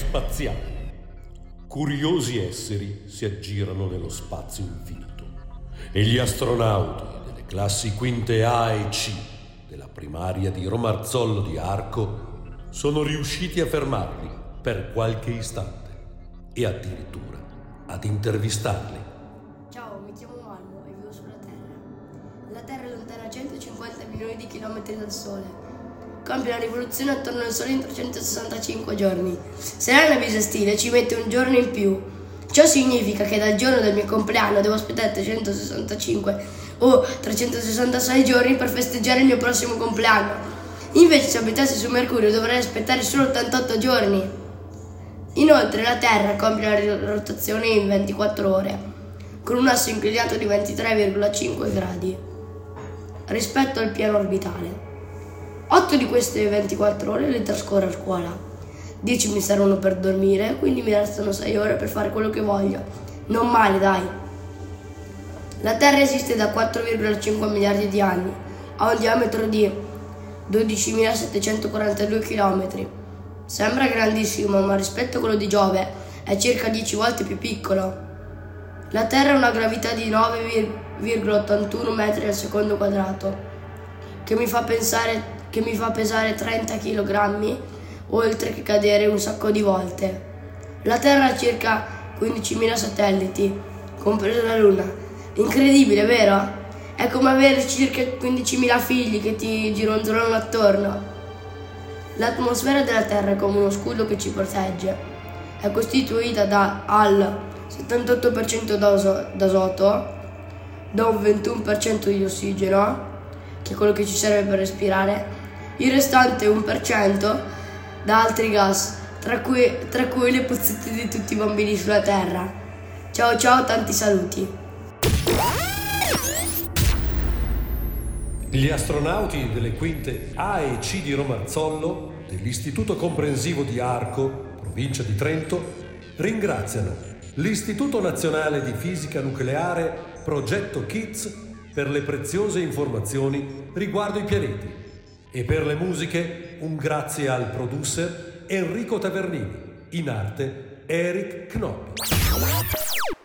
spaziale. Curiosi esseri si aggirano nello spazio infinito e gli astronauti delle classi quinte A e C della primaria di Romarzollo di Arco sono riusciti a fermarli per qualche istante e addirittura ad intervistarli. Ciao, mi chiamo Malmo e vivo sulla Terra. La Terra è lontana 150 milioni di chilometri dal Sole. Compie la rivoluzione attorno al Sole in 365 giorni. Se lei è una bisestile ci mette un giorno in più. Ciò significa che dal giorno del mio compleanno devo aspettare 365 o 366 giorni per festeggiare il mio prossimo compleanno. Invece se abitassi su Mercurio dovrei aspettare solo 88 giorni. Inoltre la Terra compie la rotazione in 24 ore, con un asse inclinato di 23,5 gradi rispetto al piano orbitale. 8 di queste 24 ore le trascorro a scuola, 10 mi servono per dormire, quindi mi restano 6 ore per fare quello che voglio. Non male, dai. La Terra esiste da 4,5 miliardi di anni, ha un diametro di 12.742 km. Sembra grandissimo, ma rispetto a quello di Giove è circa 10 volte più piccolo. La Terra ha una gravità di 9,81 metri al secondo quadrato, che mi fa pesare 30 kg, oltre che cadere un sacco di volte. La Terra ha circa 15.000 satelliti, compresa la Luna. Incredibile, vero? È come avere circa 15.000 figli che ti gironzolano attorno. L'atmosfera della Terra è come uno scudo che ci protegge. È costituita al 78% d'azoto, da un 21% di ossigeno, che è quello che ci serve per respirare, il restante 1% da altri gas, tra cui le puzzette di tutti i bambini sulla Terra. Ciao ciao, tanti saluti. Gli astronauti delle quinte A e C di Romarzollo, dell'Istituto Comprensivo di Arco, provincia di Trento, ringraziano l'Istituto Nazionale di Fisica Nucleare Progetto Kids per le preziose informazioni riguardo i pianeti e per le musiche un grazie al producer Enrico Tavernini, in arte Eric Knoppi.